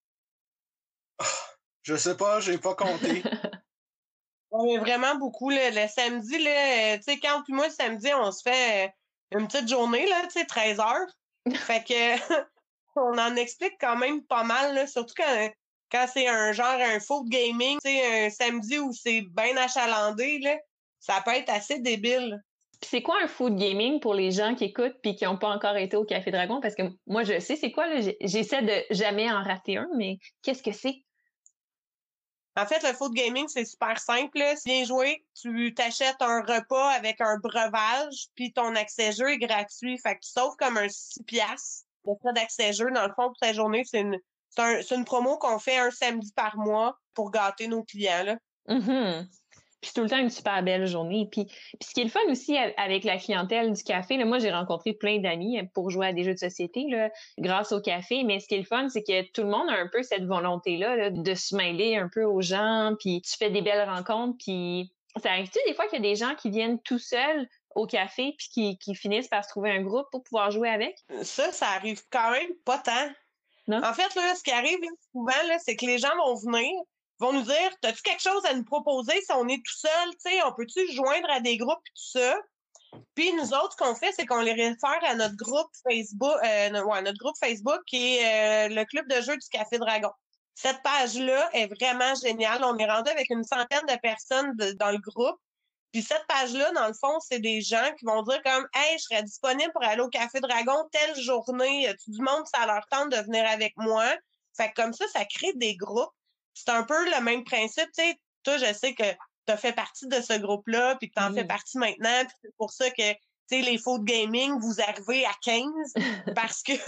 Je sais pas, j'ai pas compté. On est vraiment beaucoup, là, le samedi, là, euh, tu sais, quand puis moi, le samedi, on se fait euh, une petite journée, là, tu sais, treize heures. Fait que on en explique quand même pas mal, là, surtout quand, quand c'est un genre, un foot gaming, tu sais, un samedi où c'est bien achalandé, là, ça peut être assez débile. Puis c'est quoi un food gaming pour les gens qui écoutent puis qui n'ont pas encore été au Café Dragon? Parce que moi, je sais c'est quoi, là. J'ai- J'essaie de jamais en rater un, mais qu'est-ce que c'est? En fait, le food gaming, c'est super simple. Là. Si tu viens jouer, tu t'achètes un repas avec un breuvage, puis ton accès jeu est gratuit. Fait que tu sauves comme un six piastres de frais d'accès jeu. Dans le fond, pour ta journée, c'est une, c'est un, c'est une promo qu'on fait un samedi par mois pour gâter nos clients. Là. Mhm. Puis c'est tout le temps une super belle journée. Puis, puis ce qui est le fun aussi a- avec la clientèle du café, là, moi j'ai rencontré plein d'amis pour jouer à des jeux de société là, grâce au café. Mais ce qui est le fun, c'est que tout le monde a un peu cette volonté-là là, de se mêler un peu aux gens. Puis tu fais des belles rencontres. Puis ça arrive-tu des fois qu'il y a des gens qui viennent tout seuls au café puis qui, qui finissent par se trouver un groupe pour pouvoir jouer avec? Ça, ça arrive quand même pas tant. Non? En fait, là, ce qui arrive là, souvent, là, c'est que les gens vont venir, vont nous dire, t'as-tu quelque chose à nous proposer si on est tout seul, tu sais, on peut-tu se joindre à des groupes et tout ça? Puis nous autres, ce qu'on fait, c'est qu'on les réfère à notre groupe Facebook, euh, ouais, notre groupe Facebook qui est euh, le club de jeux du Café Dragon. Cette page-là est vraiment géniale. On est rendu avec une centaine de personnes de, dans le groupe. Puis cette page-là, dans le fond, c'est des gens qui vont dire comme « Hey, je serais disponible pour aller au Café Dragon telle journée. Tout du monde, ça leur tente de venir avec moi. » Fait que comme ça, ça crée des groupes. C'est un peu le même principe. Tu sais, toi, je sais que tu as fait partie de ce groupe-là, puis que tu en mmh. fais partie maintenant. Puis c'est pour ça que, tu sais, les faux de gaming, vous arrivez à quinze parce que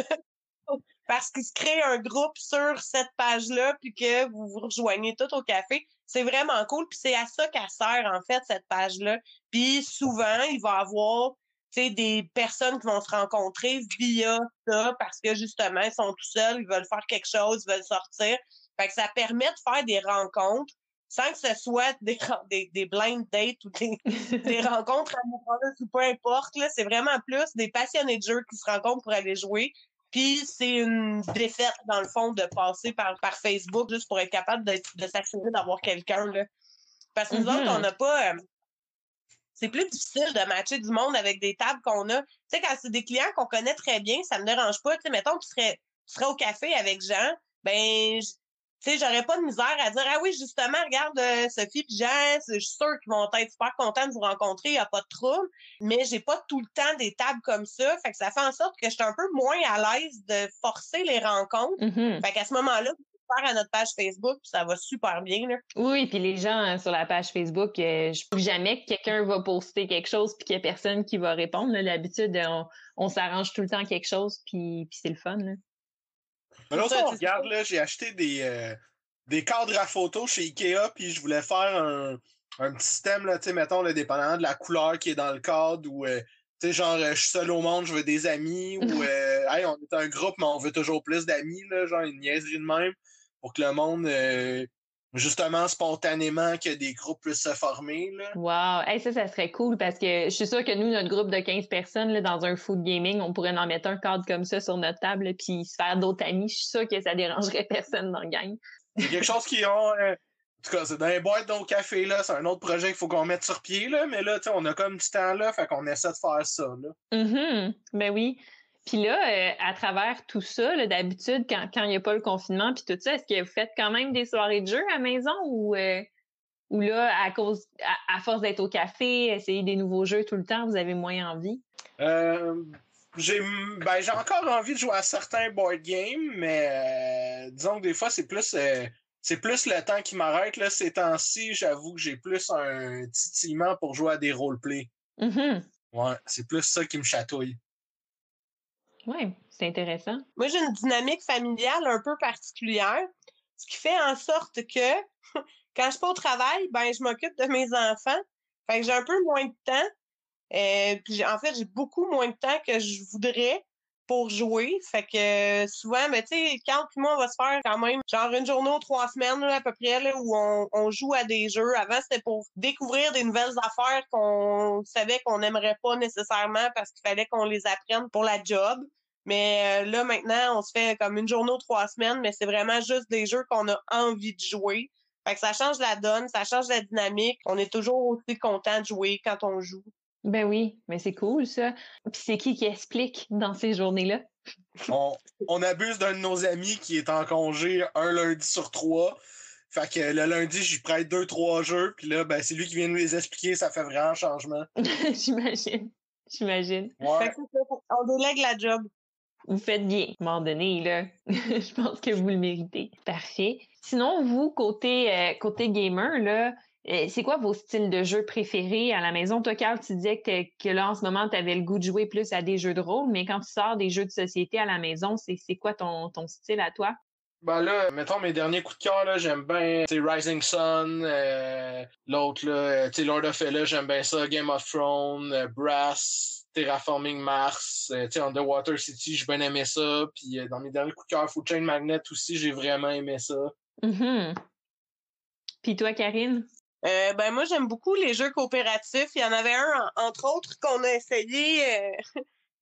parce qu'il se crée un groupe sur cette page-là, puis que vous vous rejoignez tout au café. C'est vraiment cool, puis c'est à ça qu'elle sert, en fait, cette page-là. Puis souvent, il va y avoir, tu sais, des personnes qui vont se rencontrer via ça, parce que, justement, ils sont tout seuls, ils veulent faire quelque chose, ils veulent sortir. Fait que ça permet de faire des rencontres sans que ce soit des, des, des blind dates ou des, des rencontres amoureuses ou peu importe. Là, c'est vraiment plus des passionnés de jeu qui se rencontrent pour aller jouer. Puis c'est une défaite, dans le fond, de passer par, par Facebook juste pour être capable de, de s'assurer d'avoir quelqu'un. Là. Parce que nous mm-hmm. autres, on n'a pas... Euh, c'est plus difficile de matcher du monde avec des tables qu'on a. Tu sais, quand c'est des clients qu'on connaît très bien, ça me dérange pas. Tu sais, mettons, tu serais, tu serais au café avec Jean, ben... Tu sais, j'aurais pas de misère à dire « Ah oui, justement, regarde euh, Sophie et Jean, je suis sûre qu'ils vont être super contents de vous rencontrer, il n'y a pas de trouble. » Mais j'ai pas tout le temps des tables comme ça. Fait que ça fait en sorte que je suis un peu moins à l'aise de forcer les rencontres. Mm-hmm. Fait qu'à ce moment-là, on peut faire à notre page Facebook, puis ça va super bien. Là. Oui, puis les gens euh, sur la page Facebook, euh, je ne jamais que quelqu'un va poster quelque chose puis qu'il n'y a personne qui va répondre. Là. L'habitude, on, on s'arrange tout le temps quelque chose, puis, puis c'est le fun. Là. Mais là, on regarde, là, j'ai acheté des, euh, des cadres à photo chez Ikea, puis je voulais faire un, un petit système, là, tu sais, mettons, là, dépendamment de la couleur qui est dans le cadre, ou, euh, tu sais, genre, je suis seul au monde, je veux des amis, ou, euh, hey, on est un groupe, mais on veut toujours plus d'amis, là, genre, une niaiserie de même, pour que le monde, euh, justement, spontanément, que des groupes puissent se former, là. Wow! Hey, ça, ça serait cool, parce que je suis sûre que nous, notre groupe de quinze personnes, là, dans un food gaming, on pourrait en mettre un cadre comme ça sur notre table, puis se faire d'autres amis. Je suis sûre que ça dérangerait personne dans le gang. C'est quelque chose qui ont... Euh, en tout cas, c'est dans les boîtes au café, là. C'est un autre projet qu'il faut qu'on mette sur pied, là. Mais là, tu sais, on a comme du temps, là. Fait qu'on essaie de faire ça, là. Mm-hmm. Ben oui. Puis là, euh, à travers tout ça, là, d'habitude, quand il n'y a pas le confinement puis tout ça, est-ce que vous faites quand même des soirées de jeu à la maison ou, euh, ou là, à cause à, à force d'être au café, essayer des nouveaux jeux tout le temps, vous avez moins envie? Euh, j'ai ben j'ai encore envie de jouer à certains board games, mais euh, disons que des fois, c'est plus euh, c'est plus le temps qui m'arrête. Là, ces temps-ci, j'avoue que j'ai plus un titillement pour jouer à des roleplay. Mm-hmm. Ouais, c'est plus ça qui me chatouille. Oui, c'est intéressant. Moi, j'ai une dynamique familiale un peu particulière, ce qui fait en sorte que quand je suis pas au travail, ben je m'occupe de mes enfants. Fait que j'ai un peu moins de temps. Euh, puis en fait, j'ai beaucoup moins de temps que je voudrais pour jouer. Fait que souvent, ben, tu sais, Carl et moi, on va se faire quand même genre une journée ou trois semaines là, à peu près là, où on, on joue à des jeux. Avant, c'était pour découvrir des nouvelles affaires qu'on savait qu'on n'aimerait pas nécessairement parce qu'il fallait qu'on les apprenne pour la job. Mais euh, là, maintenant, on se fait comme une journée ou trois semaines, mais c'est vraiment juste des jeux qu'on a envie de jouer. Fait que ça change la donne, ça change la dynamique. On est toujours aussi content de jouer quand on joue. Ben oui, mais c'est cool, ça. Puis c'est qui qui explique dans ces journées-là? On, on abuse d'un de nos amis qui est en congé un lundi sur trois. Fait que le lundi, j'y prête deux, trois jeux. Puis là, ben, c'est lui qui vient nous les expliquer. Ça fait vraiment un changement. J'imagine. J'imagine. Ouais. Fait que on délègue la job. Vous faites bien, à un moment donné, là. Je pense que vous le méritez. Parfait. Sinon, vous, côté, euh, côté gamer, là, euh, c'est quoi vos styles de jeux préférés à la maison? Toi, Carl, tu disais que, que là, en ce moment, tu avais le goût de jouer plus à des jeux de rôle, mais quand tu sors des jeux de société à la maison, c'est, c'est quoi ton, ton style à toi? Ben là, mettons mes derniers coups de cœur, là, j'aime bien Rising Sun, euh, l'autre, là, tu sais, Lord of Ella, j'aime bien ça, Game of Thrones, euh, Brass, Terraforming Mars, euh, tu sais, Underwater City, j'ai bien aimé ça, puis euh, dans mes derniers coups de cœur, Food Chain Magnet aussi, j'ai vraiment aimé ça. Mm-hmm. Puis toi, Karine? Euh, ben moi, j'aime beaucoup les jeux coopératifs. Il y en avait un, en, entre autres, qu'on a essayé... Euh...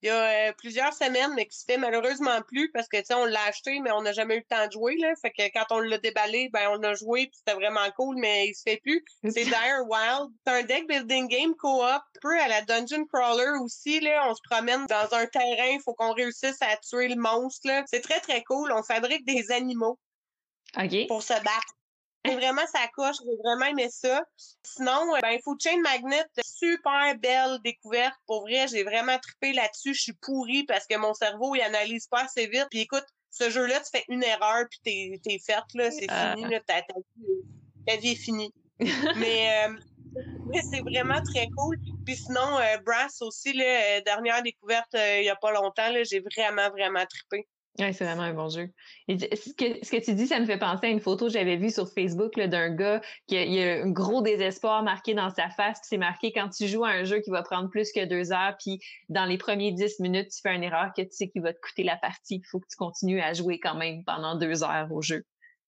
il y a euh, plusieurs semaines, mais qui se fait malheureusement plus parce que, tu sais, on l'a acheté, mais on n'a jamais eu le temps de jouer, là. Fait que quand on l'a déballé, ben, on l'a joué, puis c'était vraiment cool, mais il se fait plus. C'est Dire Wild. C'est un deck building game co-op, un peu à la Dungeon Crawler aussi, là. On se promène dans un terrain, il faut qu'on réussisse à tuer le monstre, là. C'est très, très cool. On fabrique des animaux OK. pour se battre. C'est vraiment sa coche, j'ai vraiment aimé ça. Sinon, ben, Food Chain Magnet, super belle découverte. Pour vrai, j'ai vraiment trippé là-dessus. Je suis pourrie parce que mon cerveau, il analyse pas assez vite. Puis écoute, ce jeu-là, tu fais une erreur puis t'es, t'es faite, là. C'est Euh... fini, là. Ta, ta, ta vie est finie. Mais, euh, oui, c'est vraiment très cool. Puis sinon, euh, Brass aussi, là, dernière découverte euh, il y a pas longtemps, là, j'ai vraiment, vraiment trippé. Oui, c'est vraiment un bon jeu. Et ce, que, ce que tu dis, ça me fait penser à une photo que j'avais vue sur Facebook là, d'un gars qui a, il a un gros désespoir marqué dans sa face. Puis c'est marqué quand tu joues à un jeu qui va prendre plus que deux heures, puis dans les premiers dix minutes, tu fais une erreur que tu sais qui va te coûter la partie. Il faut que tu continues à jouer quand même pendant deux heures au jeu.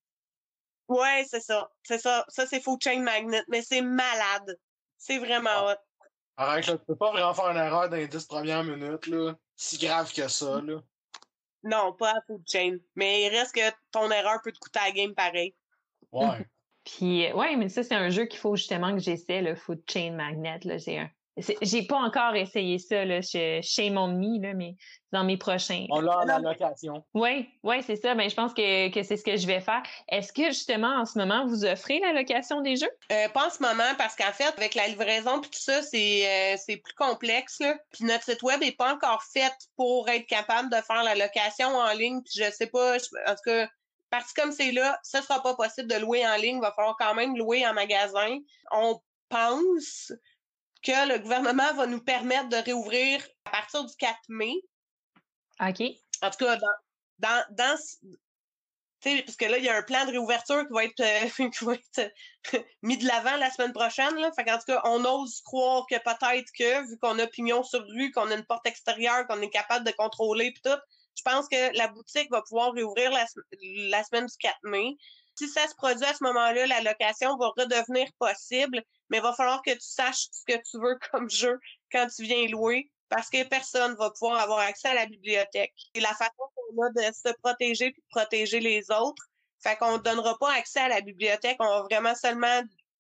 Ouais, c'est ça. C'est ça. Ça, c'est Food Chain Magnet. Mais c'est malade. C'est vraiment hot. Arrête, là, tu peux pas vraiment faire une erreur dans les dix premières minutes, là. Si grave que ça, là. Non, pas à Food Chain. Mais il reste que ton erreur peut te coûter la game pareil. Ouais. Puis, ouais, mais ça, c'est un jeu qu'il faut justement que j'essaie, le Food Chain Magnet. Là. J'ai, un... c'est... J'ai pas encore essayé ça, là. Je... Shame on me, là, mais dans mes prochains. On l'a en allocation. Oui, oui, c'est ça. Ben, je pense que, que c'est ce que je vais faire. Est-ce que, justement, en ce moment, vous offrez la location des jeux? Euh, pas en ce moment, parce qu'en fait, avec la livraison et tout ça, c'est, euh, c'est plus complexe, là. Puis notre site web est pas encore fait pour être capable de faire la location en ligne. Puis je sais pas, je... en tout cas, parti comme c'est là, ça sera pas possible de louer en ligne. Il va falloir quand même louer en magasin. On pense que le gouvernement va nous permettre de réouvrir à partir du quatre mai. OK. En tout cas, dans, dans, dans tu sais, parce que là, il y a un plan de réouverture qui va être, euh, qui va être euh, mis de l'avant la semaine prochaine. Là. Fait qu'en tout cas, on ose croire que peut-être que, vu qu'on a pignon sur rue, qu'on a une porte extérieure, qu'on est capable de contrôler puis tout, je pense que la boutique va pouvoir réouvrir la, la semaine du quatre mai. Si ça se produit à ce moment-là, la location va redevenir possible, mais il va falloir que tu saches ce que tu veux comme jeu quand tu viens louer, parce que personne va pouvoir avoir accès à la bibliothèque. Et la façon qu'on a de se protéger et de protéger les autres, fait qu'on ne donnera pas accès à la bibliothèque, on va vraiment seulement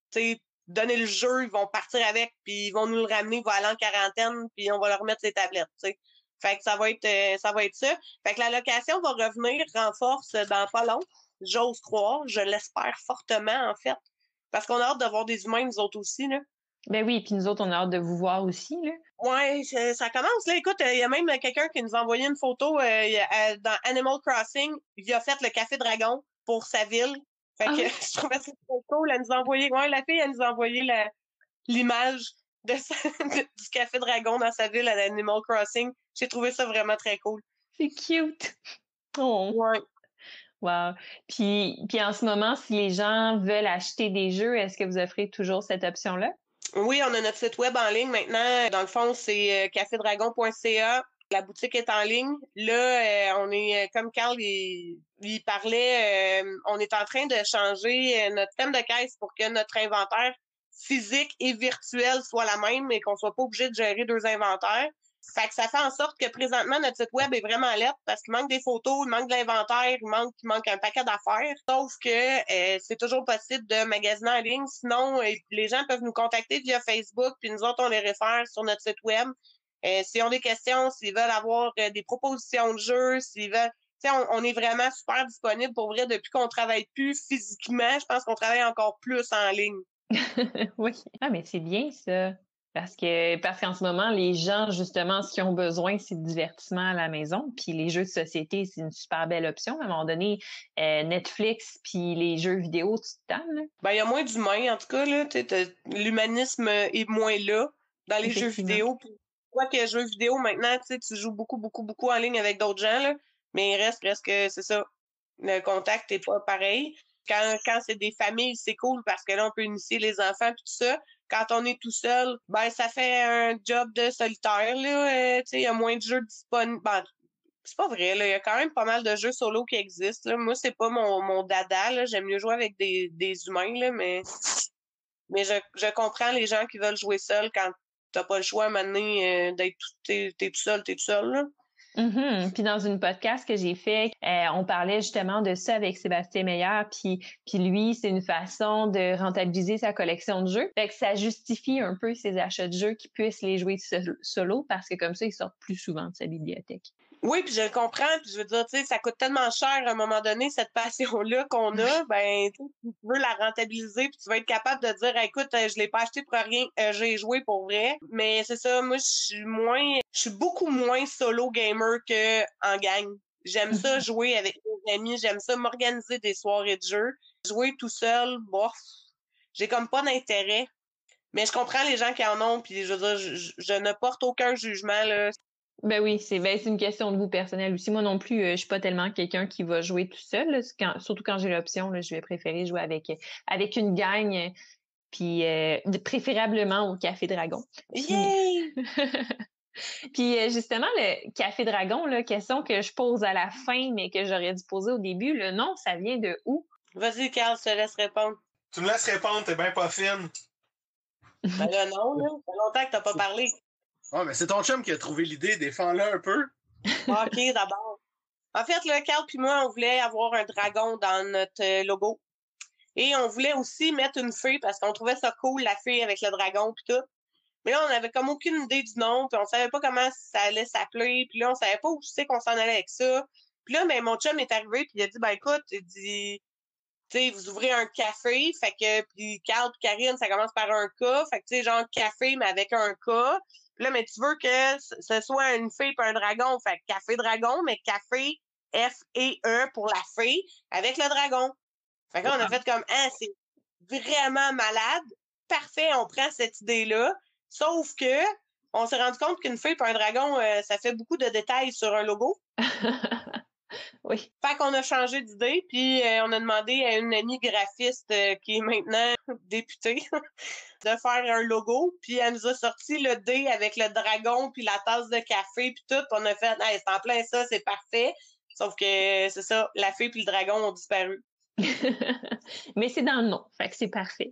donner le jeu, ils vont partir avec, puis ils vont nous le ramener, ils vont aller en quarantaine, puis on va leur mettre ses tablettes, t'sais. Fait que ça va être euh, ça va être ça. Fait que la location va revenir en force dans pas long, j'ose croire, je l'espère fortement en fait, parce qu'on a hâte de voir des humains, nous autres aussi, là. Ben oui, puis nous autres, on a hâte de vous voir aussi, là. Ouais, ça commence, là. Écoute, il y a même quelqu'un qui nous a envoyé une photo euh, dans Animal Crossing. Il a fait le Café Dragon pour sa ville. Fait que ah. Je trouvais ça trop cool. Elle nous a envoyé, ouais, la fille, elle nous a envoyé la, l'image de, sa, de du Café Dragon dans sa ville à Animal Crossing. J'ai trouvé ça vraiment très cool. C'est cute. Oh. Ouais. Wow. Puis, puis en ce moment, si les gens veulent acheter des jeux, est-ce que vous offrez toujours cette option-là? Oui, on a notre site web en ligne maintenant. Dans le fond, c'est café dragon point c a. La boutique est en ligne. Là, euh, on est, comme Carl il, il parlait, euh, on est en train de changer notre thème de caisse pour que notre inventaire physique et virtuel soit la même et qu'on soit pas obligé de gérer deux inventaires. Fait que ça fait en sorte que présentement, notre site web est vraiment lettre parce qu'il manque des photos, il manque de l'inventaire, il manque, il manque un paquet d'affaires. Sauf que euh, c'est toujours possible de magasiner en ligne. Sinon, euh, les gens peuvent nous contacter via Facebook, puis nous autres, on les réfère sur notre site web. Euh, s'ils ont des questions, s'ils veulent avoir euh, des propositions de jeux, s'ils veulent... Tu sais, on, on est vraiment super disponible pour vrai depuis qu'on travaille plus physiquement. Je pense qu'on travaille encore plus en ligne. Oui. Ah, mais c'est bien ça. Parce que parce qu'en ce moment, les gens, justement, ce qu'ils ont besoin, c'est de divertissement à la maison. Puis les jeux de société, c'est une super belle option. À un moment donné, euh, Netflix puis les jeux vidéo, tu te tannes. Ben, il y a moins d'humains, en tout cas. Là, l'humanisme est moins là dans les jeux vidéo. Puis, quoi que les jeux vidéo, maintenant, tu joues beaucoup, beaucoup, beaucoup en ligne avec d'autres gens. Là, mais il reste, reste que c'est ça. Le contact n'est pas pareil. Quand, quand c'est des familles, c'est cool parce que là, on peut initier les enfants et tout ça. Quand on est tout seul, ben ça fait un job de solitaire. Là, euh, il y a moins de jeux disponibles. Ben, c'est pas vrai, là. Il y a quand même pas mal de jeux solo qui existent. Là. Moi, c'est pas mon, mon dada. Là. J'aime mieux jouer avec des, des humains, là, mais, mais je, je comprends les gens qui veulent jouer seuls quand t'as pas le choix à un moment donné euh, d'être tout, t'es, t'es tout seul, t'es tout seul, là. Mm-hmm. Puis dans une podcast que j'ai fait, euh, on parlait justement de ça avec Sébastien Meyer, puis puis lui, c'est une façon de rentabiliser sa collection de jeux. Fait que ça justifie un peu ses achats de jeux qu'il puisse les jouer sol- solo parce que comme ça, ils sortent plus souvent de sa bibliothèque. Oui, puis je le comprends, puis je veux dire, tu sais, ça coûte tellement cher à un moment donné, cette passion-là qu'on a, ben, tu veux la rentabiliser, puis tu vas être capable de dire, écoute, je l'ai pas acheté pour rien, euh, j'ai joué pour vrai. Mais c'est ça, moi, je suis moins, je suis beaucoup moins solo gamer que en gang. J'aime ça jouer avec mes amis, j'aime ça m'organiser des soirées de jeu. Jouer tout seul, bof, j'ai comme pas d'intérêt. Mais je comprends les gens qui en ont, puis je veux dire, je, je, je ne porte aucun jugement, là. Ben oui, c'est ben c'est une question de goût personnel aussi. Moi non plus, euh, je suis pas tellement quelqu'un qui va jouer tout seul. Là. Quand, surtout quand j'ai l'option, là, je vais préférer jouer avec avec une gang, euh, puis euh, préférablement au Café Dragon. Puis, Yay! puis euh, justement, le Café Dragon, là, question que je pose à la fin, mais que j'aurais dû poser au début, le nom, ça vient de où? Vas-y, Carl, je te laisse répondre. Tu me laisses répondre, t'es bien pas fine. Ben là, non, là. Ça fait longtemps que t'as pas parlé. Ouais, mais c'est ton chum qui a trouvé l'idée, défends-le un peu. OK, d'abord. En fait, là, Carl puis moi, on voulait avoir un dragon dans notre euh, logo. Et on voulait aussi mettre une fée parce qu'on trouvait ça cool, la fée avec le dragon puis tout. Mais là, on avait comme aucune idée du nom, puis on savait pas comment ça allait s'appeler, puis là, on savait pas où c'est qu'on s'en allait avec ça. Puis là, ben, mon chum est arrivé, puis il a dit, ben écoute, il dit, tu sais, vous ouvrez un café, fait que, puis Carl puis Karine, ça commence par un K, fait que, tu sais, genre café, mais avec un K. Puis là, mais tu veux que ce soit une fée puis un dragon, fait que café dragon, mais café F E E pour la fée avec le dragon. Fait que là, on a fait comme, ah, c'est vraiment malade. Parfait, on prend cette idée-là. Sauf que, on s'est rendu compte qu'une fée et un dragon, euh, ça fait beaucoup de détails sur un logo. Oui. Fait qu'on a changé d'idée, puis euh, on a demandé à une amie graphiste euh, qui est maintenant députée de faire un logo, puis elle nous a sorti le dé avec le dragon, puis la tasse de café, puis tout. Puis on a fait, hey, c'est en plein ça, c'est parfait. Sauf que, c'est ça, la fée puis le dragon ont disparu. Mais c'est dans le nom, fait que c'est parfait.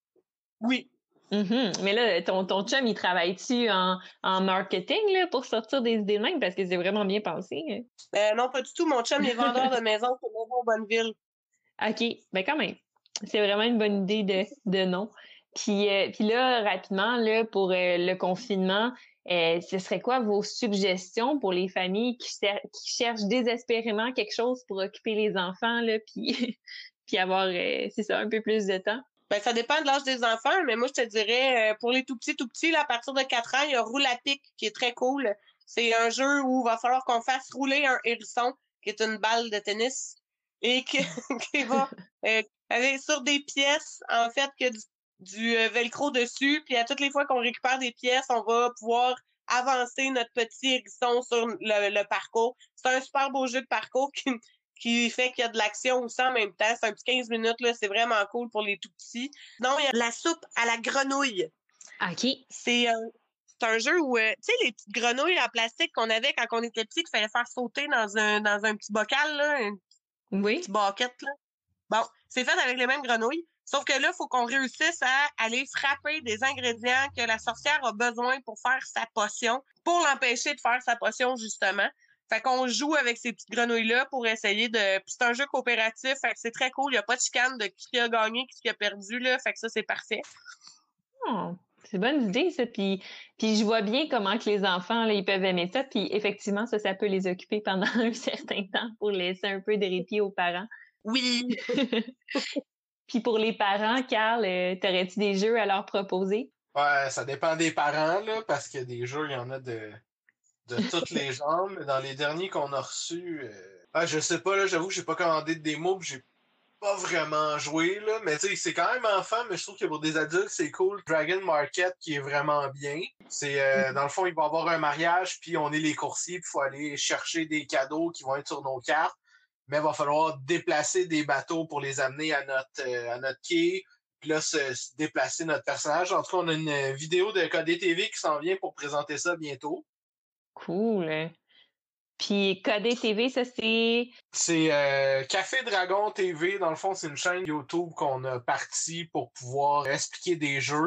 Oui. Mm-hmm. Mais là, ton, ton chum, il travaille-tu en, en marketing là, pour sortir des idées de même? Parce que c'est vraiment bien pensé. Hein? Euh, non, pas du tout. Mon chum, il est vendeur de maison pour Maison Bonneville. OK, ben quand même. C'est vraiment une bonne idée de, de nom. Puis, euh, puis là, rapidement, là, pour euh, le confinement, euh, ce serait quoi vos suggestions pour les familles qui, cher- qui cherchent désespérément quelque chose pour occuper les enfants, là, puis, puis avoir, euh, c'est ça, un peu plus de temps? Ben, ça dépend de l'âge des enfants, mais moi, je te dirais, euh, pour les tout petits, tout petits, là, à partir de quatre ans, il y a Roule à pic, qui est très cool. C'est un jeu où il va falloir qu'on fasse rouler un hérisson, qui est une balle de tennis, et qui, qui va euh, aller sur des pièces, en fait, que du, du euh, velcro dessus, puis à toutes les fois qu'on récupère des pièces, on va pouvoir avancer notre petit hérisson sur le, le parcours. C'est un super beau jeu de parcours qui qui fait qu'il y a de l'action aussi en même temps. C'est un petit quinze minutes, là. C'est vraiment cool pour les tout-petits. Non, il y a la soupe à la grenouille. OK. C'est, euh, c'est un jeu où, euh, tu sais, les petites grenouilles en plastique qu'on avait quand on était petit, qu'il fallait faire sauter dans un, dans un petit bocal, là, une Oui. petite baquette, là. Bon, c'est fait avec les mêmes grenouilles. Sauf que là, il faut qu'on réussisse à aller frapper des ingrédients que la sorcière a besoin pour faire sa potion, pour l'empêcher de faire sa potion, justement. Fait qu'on joue avec ces petites grenouilles-là pour essayer de... Puis c'est un jeu coopératif, fait que c'est très cool. Il n'y a pas de chicane de qui a gagné, qui a perdu, là. Fait que ça, c'est parfait. Oh, c'est une bonne idée, ça. Puis, puis je vois bien comment que les enfants, là, ils peuvent aimer ça. Puis effectivement, ça, ça peut les occuper pendant un certain temps pour laisser un peu de répit aux parents. Oui! Puis pour les parents, Carl, euh, t'aurais-tu des jeux à leur proposer? Ouais, ça dépend des parents, là, parce que des jeux, il y en a de... de toutes les genres, mais dans les derniers qu'on a reçus, euh... ah, je sais pas, là, j'avoue que j'ai pas commandé de démo, que j'ai pas vraiment joué, là, mais tu sais, c'est quand même enfant, mais je trouve que pour des adultes, c'est cool. Dragon Market, qui est vraiment bien. C'est, euh, dans le fond, il va y avoir un mariage, puis on est les coursiers, puis il faut aller chercher des cadeaux qui vont être sur nos cartes, mais il va falloir déplacer des bateaux pour les amener à notre, euh, à notre quai, puis là, se, se déplacer notre personnage. En tout cas, on a une vidéo de Codé T V qui s'en vient pour présenter ça bientôt. Cool. Puis Codé T V, ça, c'est... C'est euh, Café Dragon T V. Dans le fond, c'est une chaîne YouTube qu'on a partie pour pouvoir expliquer des jeux.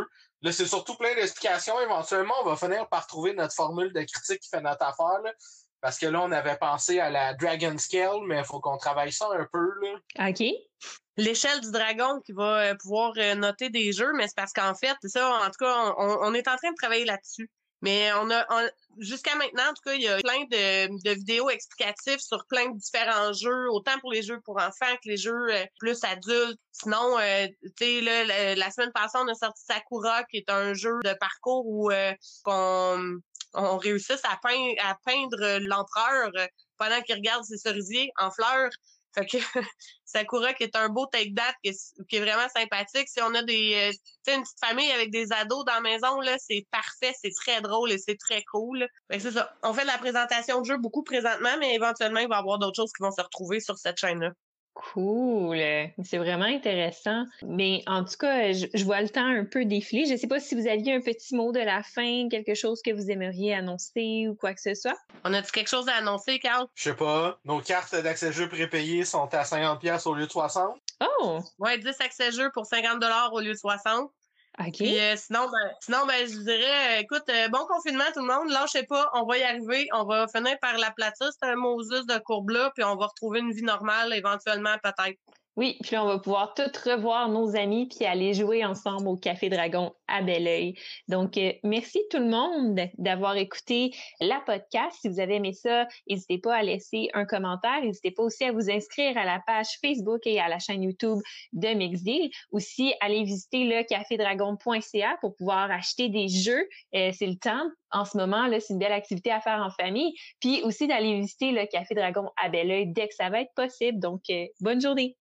Là, c'est surtout plein d'explications. Éventuellement, on va finir par trouver notre formule de critique qui fait notre affaire, là. Parce que là, on avait pensé à la Dragon Scale, mais il faut qu'on travaille ça un peu, là. OK. L'échelle du dragon qui va euh, pouvoir euh, noter des jeux, mais c'est parce qu'en fait, c'est ça, en tout cas, on, on est en train de travailler là-dessus. Mais on a, on, jusqu'à maintenant, en tout cas, il y a plein de, de vidéos explicatives sur plein de différents jeux, autant pour les jeux pour enfants que les jeux euh, plus adultes. Sinon, euh, tu sais, là, la, la semaine passée, on a sorti Sakura, qui est un jeu de parcours où euh, on, on réussisse à peindre, à peindre l'empereur pendant qu'il regarde ses cerisiers en fleurs. Fait que Sakura, qui est un beau take-date, qui, qui est vraiment sympathique. Si on a des, euh, tu sais, une petite famille avec des ados dans la maison, là, c'est parfait, c'est très drôle et c'est très cool. Fait que c'est ça. On fait de la présentation de jeu beaucoup présentement, mais éventuellement, il va y avoir d'autres choses qui vont se retrouver sur cette chaîne-là. Cool, c'est vraiment intéressant. Mais en tout cas, je, je vois le temps un peu défiler. Je ne sais pas si vous aviez un petit mot de la fin, quelque chose que vous aimeriez annoncer ou quoi que ce soit. On a-tu quelque chose à annoncer, Carl? Je sais pas. Nos cartes d'accès jeu prépayées sont à cinquante dollars au lieu de soixante. Oh! Ouais, dix accès jeux pour cinquante dollars au lieu de soixante. OK. Puis euh, sinon, ben, sinon ben, je dirais, euh, écoute, euh, bon confinement tout le monde, lâchez pas, on va y arriver, on va finir par l'aplatir, c'est un Moses de courbe-là, puis on va retrouver une vie normale éventuellement peut-être. Oui, puis là, on va pouvoir tous revoir nos amis puis aller jouer ensemble au Café Dragon à Belleuil. Donc, euh, merci tout le monde d'avoir écouté la podcast. Si vous avez aimé ça, n'hésitez pas à laisser un commentaire. N'hésitez pas aussi à vous inscrire à la page Facebook et à la chaîne YouTube de Mixdeal. Aussi, allez visiter le café dragon point c a pour pouvoir acheter des jeux. Euh, c'est le temps. En ce moment, là, c'est une belle activité à faire en famille. Puis aussi d'aller visiter le Café Dragon à Belleuil dès que ça va être possible. Donc, euh, bonne journée!